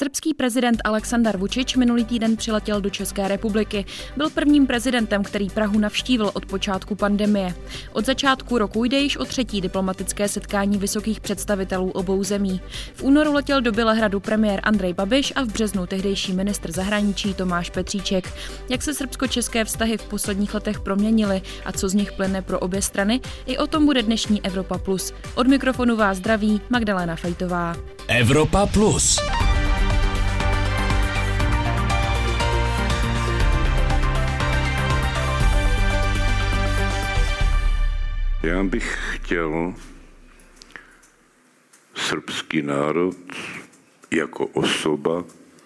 Srbský prezident Aleksandar Vučić minulý týden přiletěl do České republiky. Byl prvním prezidentem, který Prahu navštívil od počátku pandemie. Od začátku roku jde již o třetí diplomatické setkání vysokých představitelů obou zemí. V únoru letěl do Bělehradu premiér Andrej Babiš a v březnu tehdejší ministr zahraničí Tomáš Petříček. Jak se srbsko-české vztahy v posledních letech proměnily a co z nich plyne pro obě strany, i o tom bude dnešní Evropa Plus. Od mikrofonu vás zdraví Magdalena Fejtová. Evropa Plus. Já bych chtěl srbský národ jako osoba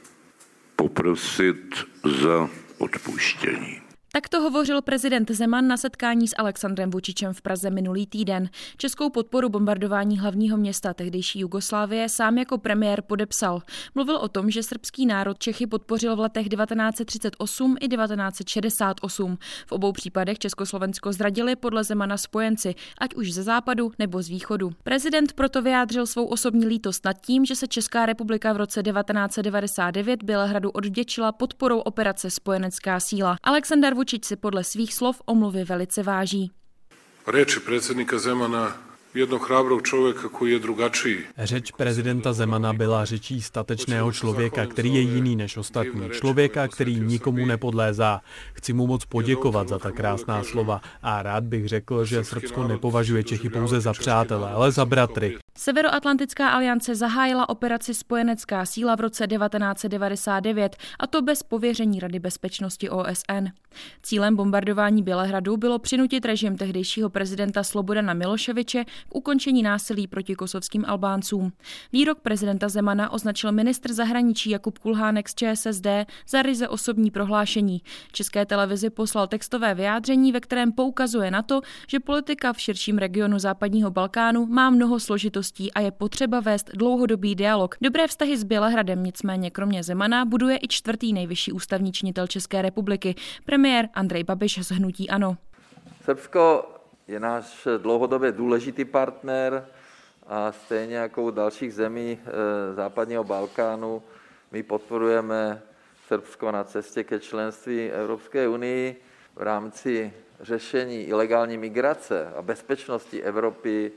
poprosit za odpuštění. Takto hovořil prezident Zeman na setkání s Alexandrem Vučičem v Praze minulý týden. Českou podporu bombardování hlavního města tehdejší Jugoslávie sám jako premiér podepsal. Mluvil o tom, že srbský národ Čechy podpořil v letech 1938 i 1968. V obou případech Československo zradili podle Zemana spojenci, ať už ze západu nebo z východu. Prezident proto vyjádřil svou osobní lítost nad tím, že se Česká republika v roce 1999 Bělehradu odvděčila podporou operace Spojenecká síla. Alexandar Vučić si podle svých slov omluvy velice váží. Řeč prezidenta Zemana, jednog hrabrog člověka, který je drugačí. Řeč prezidenta Zemana byla řečí statečného člověka, který je jiný než ostatní. Člověka, který nikomu nepodlézá. Chci mu moc poděkovat za ta krásná slova a rád bych řekl, že Srbsko nepovažuje Čechy pouze za přátele, ale za bratry. Severoatlantická aliance zahájila operaci Spojenecká síla v roce 1999, a to bez pověření Rady bezpečnosti OSN. Cílem bombardování Bělehradu bylo přinutit režim tehdejšího prezidenta Slobodana Miloševiče k ukončení násilí proti kosovským Albáncům. Výrok prezidenta Zemana označil ministr zahraničí Jakub Kulhánek z ČSSD za ryze osobní prohlášení. České televizi poslal textové vyjádření, ve kterém poukazuje na to, že politika v širším regionu západního Balkánu má mnoho složitostí a je potřeba vést dlouhodobý dialog. Dobré vztahy s Bělehradem nicméně kromě Zemana buduje i čtvrtý nejvyšší ústavní činitel České republiky, premiér Andrej Babiš z hnutí ANO. Srbsko je náš dlouhodobě důležitý partner a stejně jako u dalších zemí západního Balkánu my podporujeme Srbsko na cestě ke členství Evropské unii v rámci řešení ilegální migrace a bezpečnosti Evropy.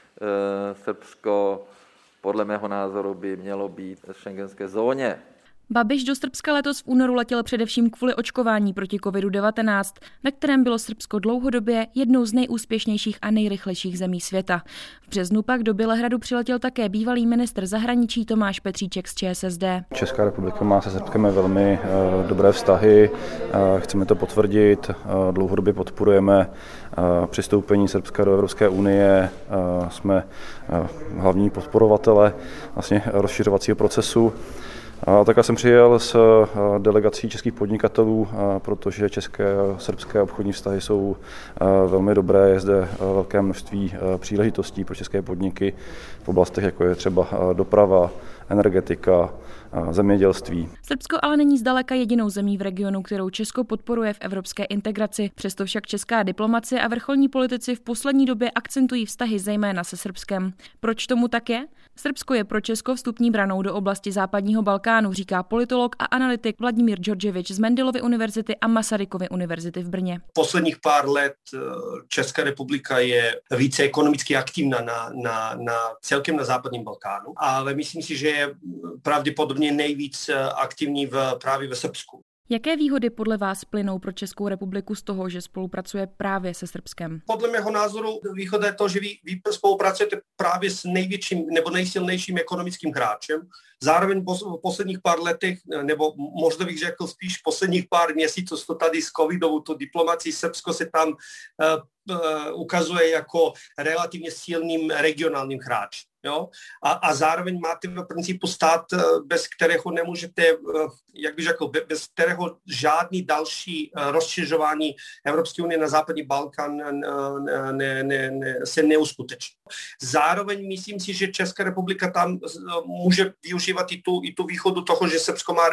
Srbsko podle mého názoru by mělo být v schengenské zóně. Babiš do Srbska letos v únoru letěl především kvůli očkování proti COVID-19, ve kterém bylo Srbsko dlouhodobě jednou z nejúspěšnějších a nejrychlejších zemí světa. V březnu pak do Bělehradu přiletěl také bývalý ministr zahraničí Tomáš Petříček z ČSSD. Česká republika má se Srbskem velmi dobré vztahy, chceme to potvrdit, dlouhodobě podporujeme přistoupení Srbska do Evropské unie, jsme hlavní podporovatele vlastně rozšiřovacího procesu. Tak já jsem přijel s delegací českých podnikatelů, protože české a srbské obchodní vztahy jsou velmi dobré. Je zde velké množství příležitostí pro české podniky v oblastech, jako je třeba doprava, energetika, zemědělství. Srbsko ale není zdaleka jedinou zemí v regionu, kterou Česko podporuje v evropské integraci. Přesto však česká diplomacie a vrcholní politici v poslední době akcentují vztahy zejména se Srbskem. Proč tomu tak je? Srbsko je pro Česko vstupní branou do oblasti západního Balkánu, říká politolog a analytik Vladimír Djordjevič z Mendelovy univerzity a Masarykovy univerzity v Brně. Posledních pár let Česká republika je více ekonomicky aktivní celkem na západním Balkánu, ale myslím si, že je pravděpodobně nejvíc aktivní právě ve Srbsku. Jaké výhody podle vás plynou pro Českou republiku z toho, že spolupracuje právě se Srbskem? Podle mého názoru výhoda je to, že vy spolupracujete právě s největším nebo nejsilnějším ekonomickým hráčem. Zároveň v posledních pár letech, nebo možná bych řekl spíš posledních pár měsíců, to tady s covidovou diplomací, Srbsko se tam ukazuje jako relativně silným regionálním hráčem. Jo? A zároveň máte v principu stát, bez kterého nemůžete, jak bych řekl, bez kterého žádný další rozšiřování Evropské unie na západní Balkán se neuskuteční. Zároveň myslím si, že Česká republika tam může využívat i tu výhodu toho, že Srbsko má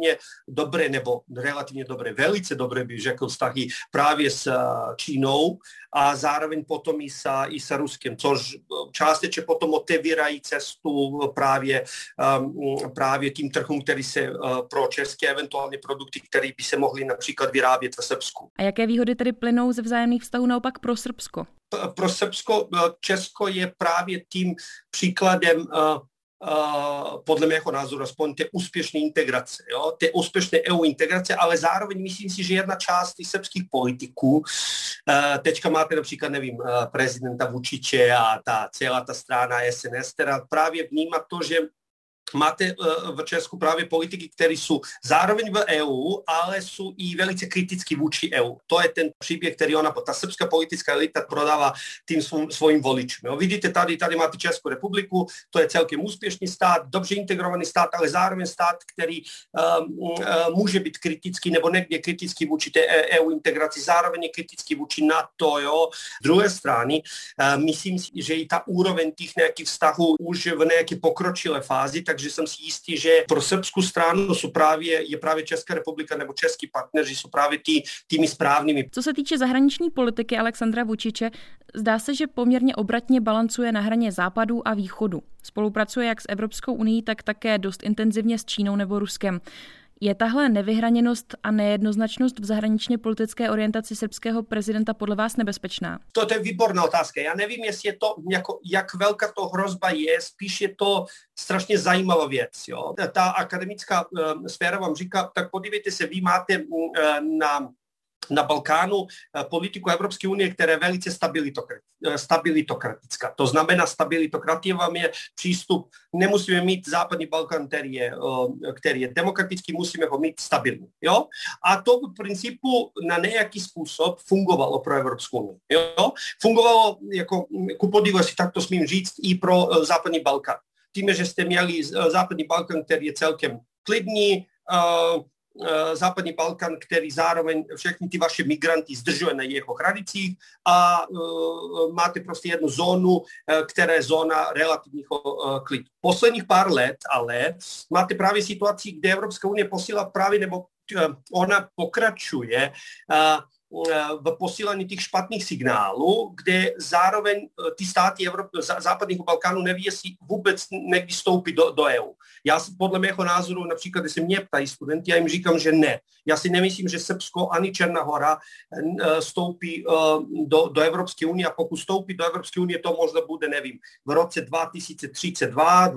velice dobré, bych řekl, vztahy právě s Čínou a zároveň potom i s Ruskem, což částečně potom otevírá otevírají cestu právě tím trhům, který se pro české eventuálně produkty, které by se mohly například vyrábět v Srbsku. A jaké výhody tedy plynou ze vzájemných vztahů naopak pro Srbsko? Pro Srbsko, Česko je právě tím příkladem podle mého názoru aspoň té úspěšné integrace, jo? Té úspěšné EU integrace, ale zároveň myslím si, že jedna část těch srbských politiků, teďka máte například, nevím, prezidenta Vučiče a celá ta strana SNS, která právě vnímá to, že máte v Česku právě politiky, které jsou zároveň v EU, ale jsou i velice kriticky vůči EU. To je ten příběh, který ta srbská politická elita prodává tým svým voličům. Jo. Vidíte, tady máte Českou republiku, to je celkem úspěšný stát, dobře integrovaný stát, ale zároveň stát, který může být kritický nebo někde kritický vůči té EU integraci, zároveň je kritický vůči NATO. Jo. Z druhé strany, myslím si, že i ta úroveň těch nějakých vztahů už v nějaké pokročilé fázi, takže jsem si jistý, že pro srbskou stranu je právě Česká republika nebo český partneři jsou právě tými správnými. Co se týče zahraniční politiky Alexandra Vučiče, zdá se, že poměrně obratně balancuje na hraně západu a východu. Spolupracuje jak s Evropskou unií, tak také dost intenzivně s Čínou nebo Ruskem. Je tahle nevyhraněnost a nejednoznačnost v zahraničně politické orientaci srbského prezidenta podle vás nebezpečná? To je výborná otázka. Já nevím, jestli je to, jak velká to hrozba je, spíš je to strašně zajímavá věc. Jo? Ta akademická sféra vám říká, tak podívejte se, vy máte na Balkánu politiku Evropské unie, která je velice stabilitokratická. To znamená, stabilitokrativám je přístup, nemusíme mít západní Balkán, který je demokratický, musíme ho mít stabilní. Jo? A to v principu na nějaký způsob fungovalo pro Evropskou unii. Jo? Fungovalo, jako ku podivu, si takto smím říct, i pro západní Balkán. Tím, že jste měli západní Balkán, který je celkem klidný, západní Balkán, který zároveň všechny ty vaše migranty zdržuje na jeho hranicích a máte prostě jednu zónu, která je zóna relativního klidu. Posledních pár let ale máte právě situaci, kde Evropská unie posílá právě, nebo ona pokračuje v posílání těch špatných signálů, kde zároveň ty státy západního Balkánu neví, jestli vůbec někdy vstoupí do EU. Já podle mého názoru, například, když se mě ptají studenti, já jim říkám, že ne. Já si nemyslím, že Srbsko ani Černá Hora vstoupí do Evropské unie a pokud vstoupí do Evropské unie, to možná bude, nevím, v roce 2032,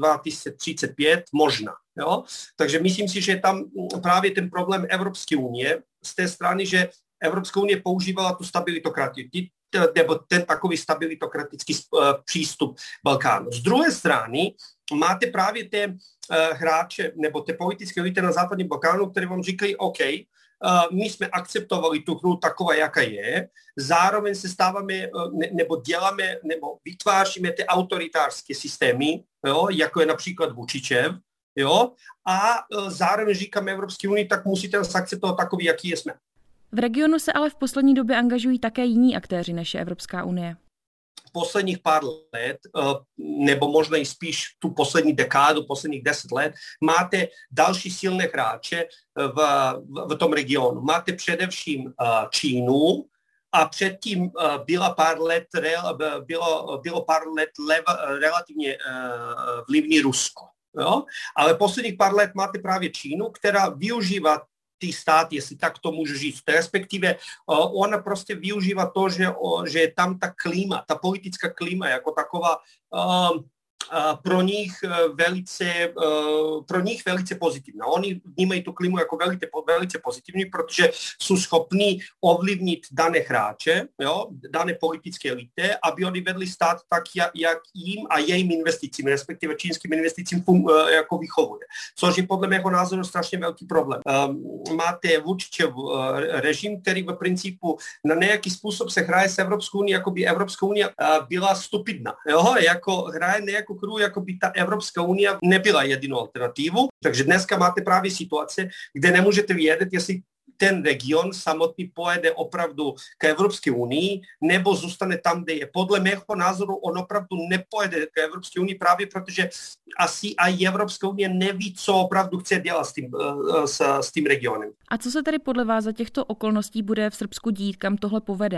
2035 možná. Jo? Takže myslím si, že tam právě ten problém Evropské unie z té strany, že Evropská unie používala tu stabilitokratii, nebo ten takový stabilitokratický přístup Balkánu. Z druhé strany máte právě ty hráče nebo ty politické elity na západním Balkánu, které vám říkají, OK, my jsme akceptovali tu hru taková, jaká je, zároveň se stáváme, nebo děláme, nebo vytváříme ty autoritářské systémy, jo, jako je například Vučičev, jo, a zároveň říkáme Evropské unii, tak musíte nás akceptovat takový, jaký jsme. V regionu se ale v poslední době angažují také jiní aktéři než je Evropská unie. Posledních pár let, nebo možná i spíš tu poslední dekádu, posledních 10 let, máte další silné hráče v tom regionu. Máte především Čínu a předtím bylo pár let relativně vlivný Rusko. Jo? Ale posledních pár let máte právě Čínu, která využívá ty státy, jestli tak to můžu říct. Respektive ona prostě využívá to, že je tam ta klíma, ta politická klíma jako taková pro nich velice pozitivná. Oni vnímají tu klímu jako velice pozitivní, protože jsou schopní ovlivnit dané hráče, jo, dané politické elity, aby oni vedli stát tak, jak jim a jejím investicím, respektive čínským investicím jako vychovuje. Což je podle mého názoru strašně velký problém. Máte Vučičev režim, který v principu na nějaký způsob se hraje s Evropskou unii, jako by Evropská unie byla stupidná. Jo? Jako hraje nějakou hru, jako by ta Evropská unie nebyla jedinou alternativu. Takže dneska máte právě situace, kde nemůžete vědět, jestli ten region samotný pojede opravdu k Evropské unii, nebo zůstane tam, kde je. Podle mého názoru on opravdu nepojede k Evropské unii právě protože asi i Evropská unie neví, co opravdu chce dělat s tím regionem. A co se tedy podle vás za těchto okolností bude v Srbsku dít, kam tohle povede?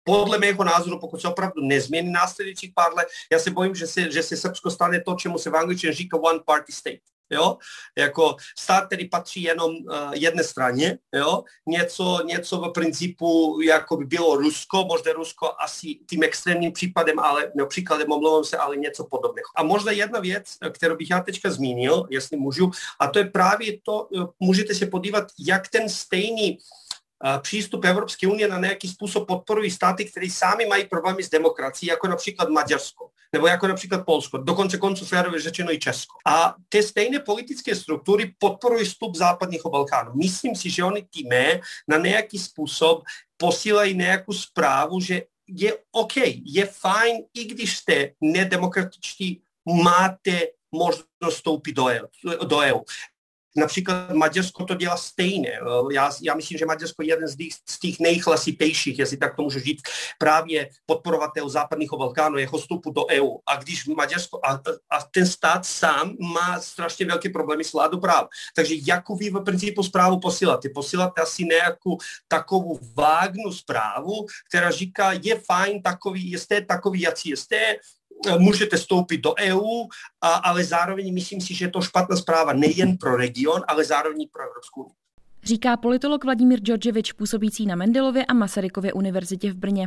podle mého názoru, pokud se opravdu nezmění následujících pár let, já se bojím, že se Srbsko stane to, čemu se v angličtině říká one party state. Jo? Jako stát, který patří jenom jedné straně, jo? Něco v principu, jako by bylo Rusko, možná Rusko asi tím extrémním případem, příkladem, omlouvám se, ale něco podobného. A možná jedna věc, kterou bych já teďka zmínil, jestli můžu, a to je právě to, můžete se podívat, jak ten stejný přístup Evropské unie na nějaký způsob podporují státy, které sami mají problémy s demokracií, jako například Maďarsko, nebo jako například Polsko, dokonce konců férově řečeno i Česko. A ty stejné politické struktury podporují vstup západního Balkánu. Myslím si, že oni tím na nějaký způsob posílají nějakou zprávu, že je OK, je fajn, i když jste nedemokratičtí, máte možnost vstoupit do EU. Například Maďarsko to dělá stejně. Já myslím, že Maďarsko je jeden z těch nejhlasitějších, jestli tak to můžu říct, právě podporovatel západního Balkánu, jeho vstupu do EU. A když Maďarsko a ten stát sám má strašně velké problémy s vládou práv. Takže jakou vy v principu zprávu posíláte? Posíláte asi nějakou takovou vágnou zprávu, která říká, je fajn jste takový, jací jste, můžete vstoupit do EU, ale zároveň myslím si, že je to špatná zpráva nejen pro region, ale zároveň pro Evropskou unii. Říká politolog Vladimír Djordjevič, působící na Mendelově a Masarykově univerzitě v Brně.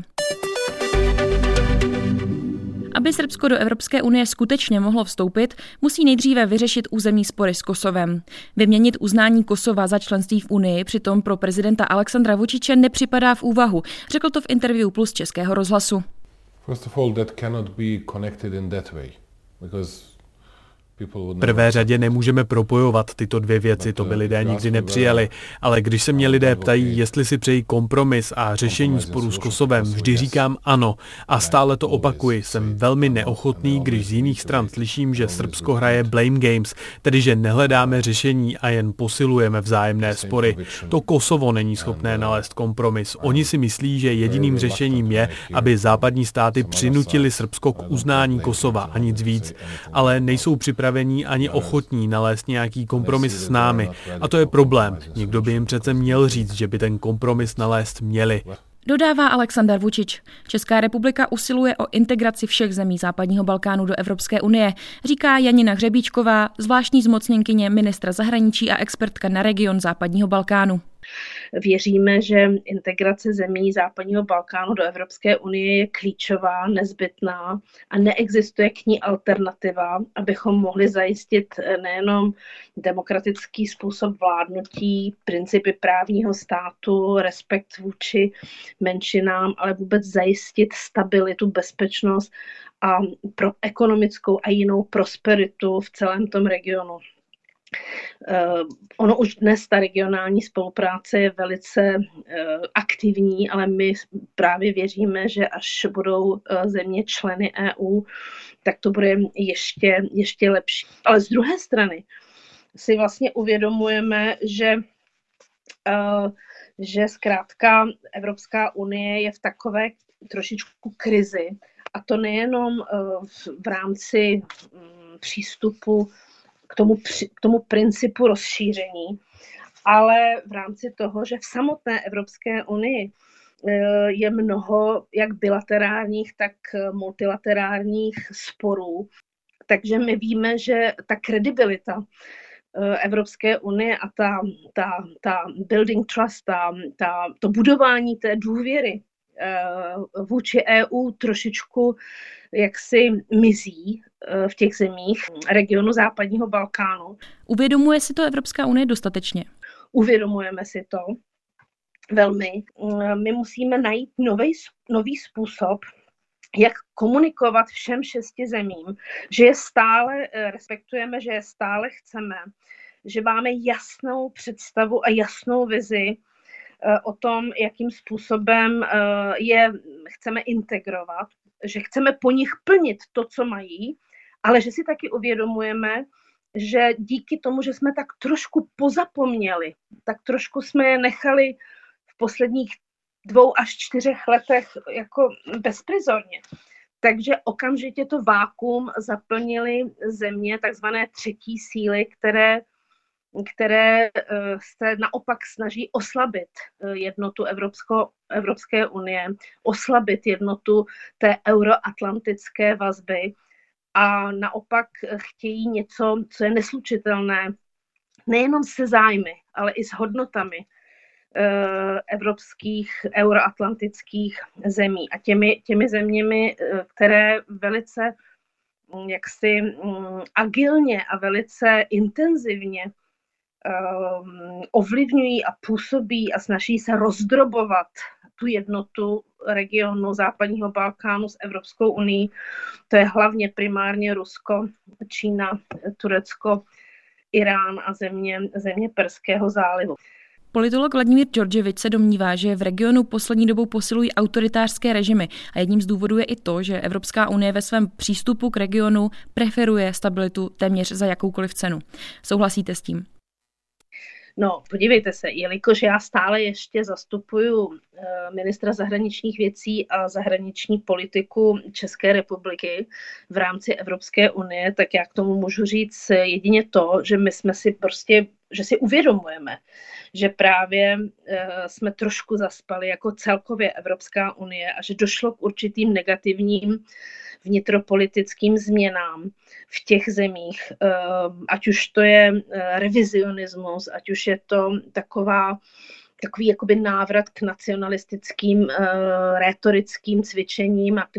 Aby Srbsko do Evropské unie skutečně mohlo vstoupit, musí nejdříve vyřešit územní spory s Kosovem. Vyměnit uznání Kosova za členství v Unii přitom pro prezidenta Alexandra Vučiče nepřipadá v úvahu, řekl to v interview Plus Českého rozhlasu. First of all, that cannot be connected in that way, because V prvé řadě nemůžeme propojovat tyto dvě věci, to by lidé nikdy nepřijali, ale když se mě lidé ptají, jestli si přejí kompromis a řešení sporu s Kosovem, vždy říkám ano a stále to opakuji. Jsem velmi neochotný, když z jiných stran slyším, že Srbsko hraje blame games, tedy že nehledáme řešení a jen posilujeme vzájemné spory. To Kosovo není schopné nalézt kompromis. Oni si myslí, že jediným řešením je, aby západní státy přinutili Srbsko k uznání Kosova a nic víc, ale nejsou připraveni ani ochotní nalézt nějaký kompromis s námi. A to je problém. Někdo by jim přece měl říct, že by ten kompromis nalézt měli. Dodává Aleksandar Vučić. Česká republika usiluje o integraci všech zemí západního Balkánu do Evropské unie, říká Janina Hřebíčková, zvláštní zmocněnkyně ministra zahraničí a expertka na region západního Balkánu. Věříme, že integrace zemí západního Balkánu do Evropské unie je klíčová, nezbytná a neexistuje k ní alternativa, abychom mohli zajistit nejenom demokratický způsob vládnutí, principy právního státu, respekt vůči menšinám, ale vůbec zajistit stabilitu, bezpečnost a pro ekonomickou a jinou prosperitu v celém tom regionu. Ono už dnes ta regionální spolupráce je velice aktivní, ale my právě věříme, že až budou země členy EU, tak to bude ještě lepší. Ale z druhé strany si vlastně uvědomujeme, že zkrátka Evropská unie je v takové trošičku krizi, a to nejenom v rámci přístupu k tomu principu rozšíření, ale v rámci toho, že v samotné Evropské unii je mnoho jak bilaterálních, tak multilaterálních sporů. Takže my víme, že ta kredibilita Evropské unie a ta building trust, to budování té důvěry vůči EU trošičku jaksi mizí v těch zemích regionu západního Balkánu. Uvědomuje si to Evropská unie dostatečně? Uvědomujeme si to velmi. My musíme najít nový způsob, jak komunikovat všem 6 zemím, že je stále respektujeme, že je stále chceme, že máme jasnou představu a jasnou vizi o tom, jakým způsobem je chceme integrovat, že chceme po nich plnit to, co mají, ale že si taky uvědomujeme, že díky tomu, že jsme tak trošku pozapomněli, tak trošku jsme je nechali v posledních 2 až 4 letech jako bezprizorně. Takže okamžitě to vákuum zaplnily země, takzvané třetí síly, které které se naopak snaží oslabit jednotu Evropské unie, oslabit jednotu té euroatlantické vazby a naopak chtějí něco, co je neslučitelné nejenom se zájmy, ale i s hodnotami evropských, euroatlantických zemí a těmi zeměmi, které velice jaksi agilně a velice intenzivně ovlivňují a působí a snaží se rozdrobovat tu jednotu regionu západního Balkánu s Evropskou unií. To je hlavně primárně Rusko, Čína, Turecko, Irán a země Perského zálivu. Politolog Vladimír Djordjevič se domnívá, že v regionu poslední dobou posilují autoritářské režimy a jedním z důvodů je i to, že Evropská unie ve svém přístupu k regionu preferuje stabilitu téměř za jakoukoliv cenu. Souhlasíte s tím? No, podívejte se, jelikož já stále ještě zastupuju ministra zahraničních věcí a zahraniční politiku České republiky v rámci Evropské unie, tak já k tomu můžu říct jedině to, že my jsme si že si uvědomujeme, že právě jsme trošku zaspali jako celkově Evropská unie a že došlo k určitým negativním vnitropolitickým změnám v těch zemích, ať už to je revizionismus, ať už je to takový jakoby návrat k nacionalistickým rétorickým cvičením a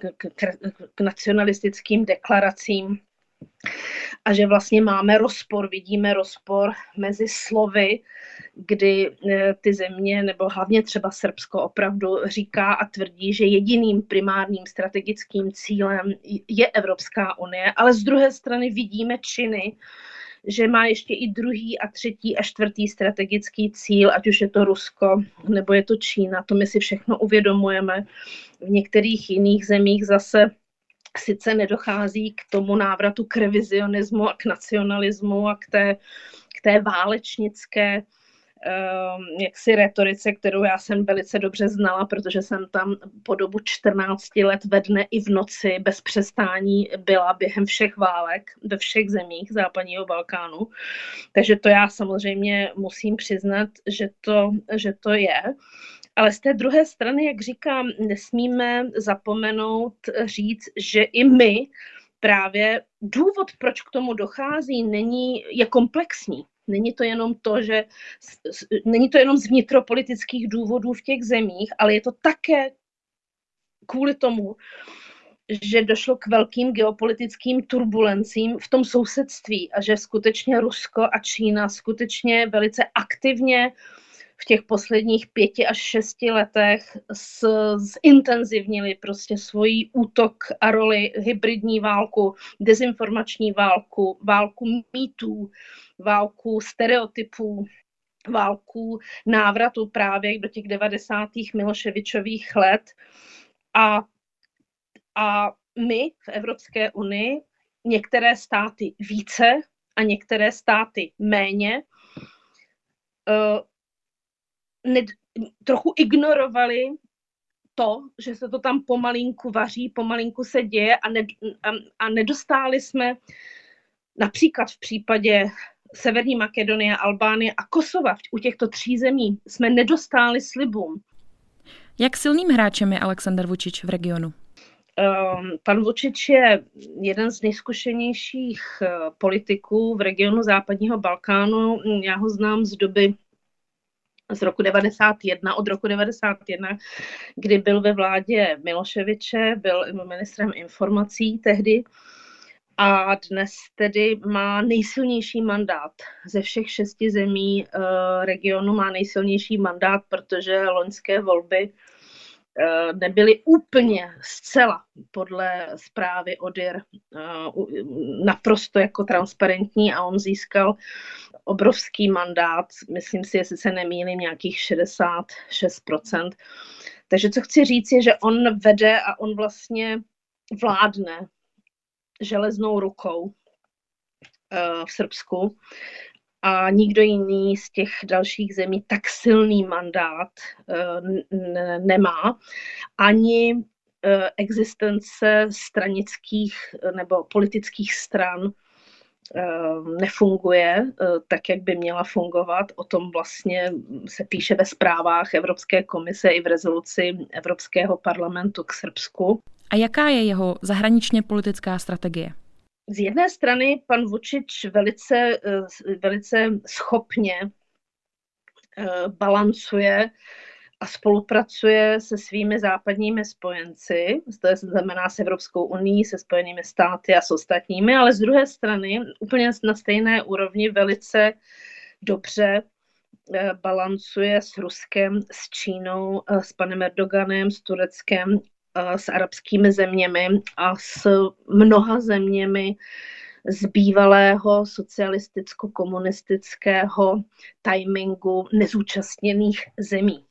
k nacionalistickým deklaracím. A že vlastně vidíme rozpor mezi slovy, kdy ty země, nebo hlavně třeba Srbsko opravdu říká a tvrdí, že jediným primárním strategickým cílem je Evropská unie, ale z druhé strany vidíme činy, že má ještě i druhý a třetí a čtvrtý strategický cíl, ať už je to Rusko nebo je to Čína, to my si všechno uvědomujeme. V některých jiných zemích zase sice nedochází k tomu návratu k revizionismu a k nacionalismu a k té válečnické jaksi retorice, kterou já jsem velice dobře znala, protože jsem tam po dobu 14 let ve dne i v noci bez přestání byla během všech válek ve všech zemích západního Balkánu. Takže to já samozřejmě musím přiznat, že to je. Ale z té druhé strany, jak říkám, nesmíme zapomenout říct, že i my právě důvod, proč k tomu dochází, je komplexní. Není to jenom z vnitropolitických důvodů v těch zemích, ale je to také kvůli tomu, že došlo k velkým geopolitickým turbulencím v tom sousedství a že skutečně Rusko a Čína skutečně velice aktivně v těch posledních 5 až 6 letech zintenzivnili prostě svůj útok a roli, hybridní válku, dezinformační válku mýtů, válku stereotypů, válku návratu právě do těch 90. Miloševičových let. A my v Evropské unii, některé státy více a některé státy méně, trochu ignorovali to, že se to tam pomalinku vaří, pomalinku se děje a nedostáli jsme například v případě Severní Makedonie, Albánie a Kosova, u těchto 3 zemí jsme nedostáli slibům. Jak silným hráčem je Aleksandar Vučić v regionu? Pan Vučić je jeden z nejzkušenějších politiků v regionu západního Balkánu. Já ho znám z doby od roku 91, kdy byl ve vládě Miloševiče, byl ministrem informací tehdy a dnes tedy má nejsilnější mandát ze všech 6 zemí regionu, má nejsilnější mandát, protože loňské volby nebyly úplně zcela podle zprávy ODIHR naprosto jako transparentní a on získal obrovský mandát, myslím si, jestli se nemýlím, nějakých 66%. Takže co chci říct je, že on vede a on vlastně vládne železnou rukou v Srbsku a nikdo jiný z těch dalších zemí tak silný mandát nemá. Ani existence stranických nebo politických stran nefunguje tak, jak by měla fungovat. O tom vlastně se píše ve zprávách Evropské komise i v rezoluci Evropského parlamentu k Srbsku. A jaká je jeho zahraničně politická strategie? Z jedné strany pan Vučić velice schopně balancuje a spolupracuje se svými západními spojenci, to znamená s Evropskou unií, se Spojenými státy a s ostatními, ale z druhé strany úplně na stejné úrovni velice dobře balancuje s Ruskem, s Čínou, s panem Erdoganem, s Tureckem, s arabskými zeměmi a s mnoha zeměmi z bývalého socialisticko-komunistického timingu nezúčastněných zemí.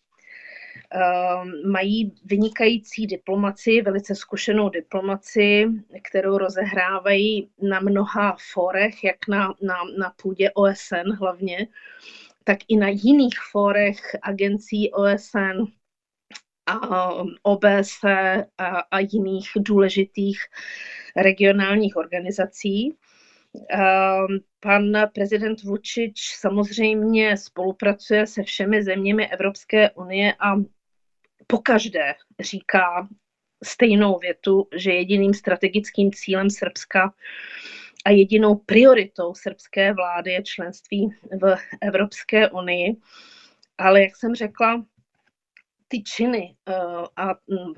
Mají vynikající diplomacii, velice zkušenou diplomacii, kterou rozehrávají na mnoha fórech, jak na půdě OSN hlavně, tak i na jiných fórech agencí OSN a OBSE a jiných důležitých regionálních organizací. Pan prezident Vučić samozřejmě spolupracuje se všemi zeměmi Evropské unie a pokaždé říká stejnou větu, že jediným strategickým cílem Srbska a jedinou prioritou srbské vlády je členství v Evropské unii. Ale jak jsem řekla, ty činy a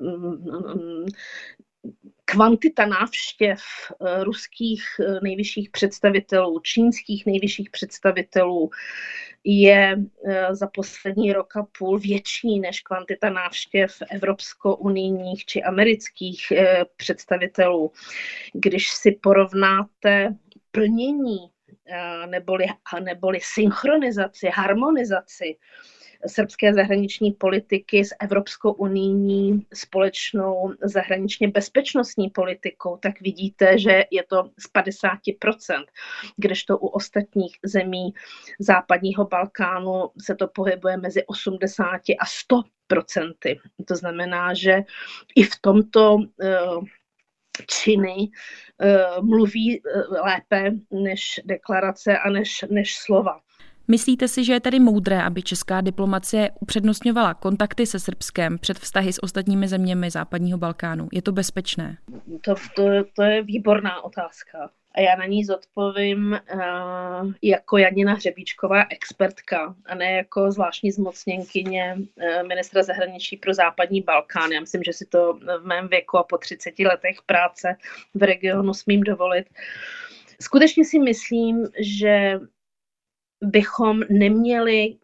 kvantita návštěv ruských nejvyšších představitelů, čínských nejvyšších představitelů je za poslední rok a půl větší než kvantita návštěv evropsko-unijních či amerických představitelů. Když si porovnáte plnění neboli synchronizaci, harmonizaci srbské zahraniční politiky s Evropskou unijní společnou zahraničně bezpečnostní politikou, tak vidíte, že je to z 50%, kdežto u ostatních zemí západního Balkánu se to pohybuje mezi 80 a 100%. To znamená, že i v tomto činy mluví lépe než deklarace a než slova. Myslíte si, že je tedy moudré, aby česká diplomacie upřednostňovala kontakty se Srbskem před vztahy s ostatními zeměmi západního Balkánu? Je to bezpečné? To je výborná otázka. A já na ní zodpovím jako Janina Hřebíčková expertka a ne jako zvláštní zmocněnkyně ministra zahraničí pro západní Balkán. Já myslím, že si to v mém věku a po 30 letech práce v regionu smím dovolit. Skutečně si myslím, že bychom neměli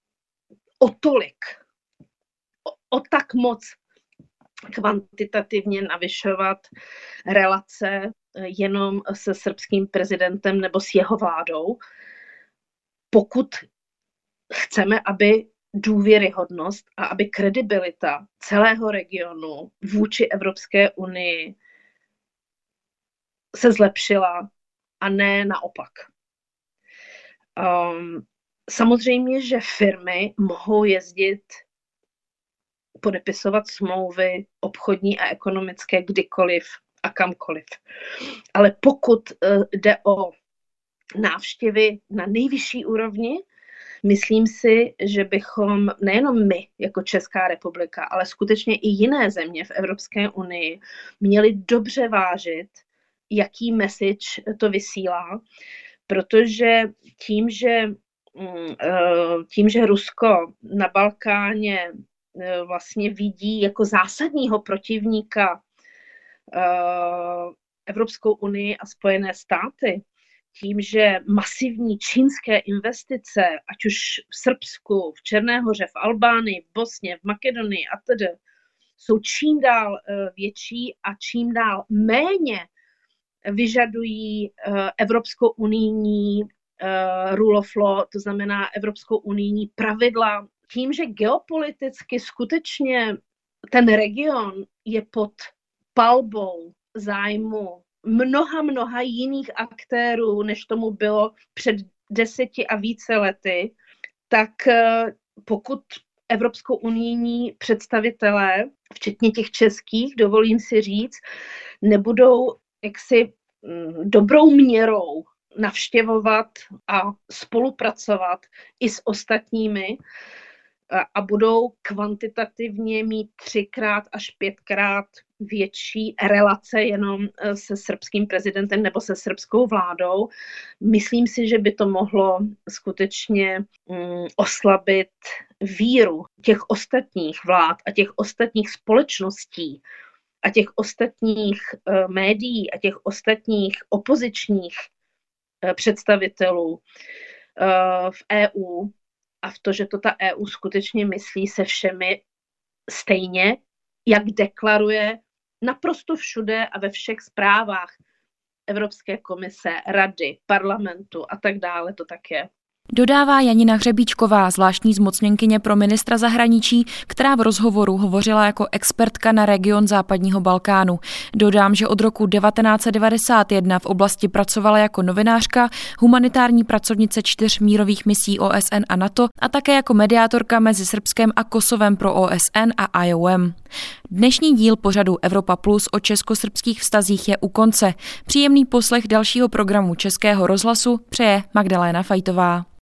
o tak moc kvantitativně navyšovat relace jenom se srbským prezidentem nebo s jeho vládou, pokud chceme, aby důvěryhodnost a aby kredibilita celého regionu vůči Evropské unii se zlepšila a ne naopak. Samozřejmě, že firmy mohou jezdit, podepisovat smlouvy obchodní a ekonomické kdykoliv a kamkoliv. Ale pokud jde o návštěvy na nejvyšší úrovni, myslím si, že bychom nejenom my jako Česká republika, ale skutečně i jiné země v Evropské unii měli dobře vážit, jaký message to vysílá, protože tím, že Rusko na Balkáně vlastně vidí jako zásadního protivníka Evropskou unii a Spojené státy, tím, že masivní čínské investice, ať už v Srbsku, v Černé Hoře, v Albánii, v Bosně, v Makedonii a tedy, jsou čím dál větší a čím dál méně vyžadují evropskou unijní rule of law, to znamená evropskou unijní pravidla. Tím, že geopoliticky skutečně ten region je pod palbou zájmu mnoha jiných aktérů, než tomu bylo před 10 a více lety, tak pokud evropskou unijní představitelé, včetně těch českých, dovolím si říct, nebudou jaksi dobrou měrou navštěvovat a spolupracovat i s ostatními a budou kvantitativně mít 3x až 5x větší relace jenom se srbským prezidentem nebo se srbskou vládou. Myslím si, že by to mohlo skutečně oslabit víru těch ostatních vlád a těch ostatních společností a těch ostatních médií a těch ostatních opozičních představitelů v EU a v to, že to ta EU skutečně myslí se všemi stejně, jak deklaruje naprosto všude a ve všech zprávách Evropské komise, Rady, parlamentu a tak dále, to tak je. Dodává Janina Hřebíčková, zvláštní zmocněnkyně pro ministra zahraničí, která v rozhovoru hovořila jako expertka na region západního Balkánu. Dodám, že od roku 1991 v oblasti pracovala jako novinářka, humanitární pracovnice 4 mírových misí OSN a NATO a také jako mediátorka mezi Srbskem a Kosovem pro OSN a IOM. Dnešní díl pořadu Evropa Plus o česko-srbských vztazích je u konce. Příjemný poslech dalšího programu Českého rozhlasu přeje Magdalena Fajtová.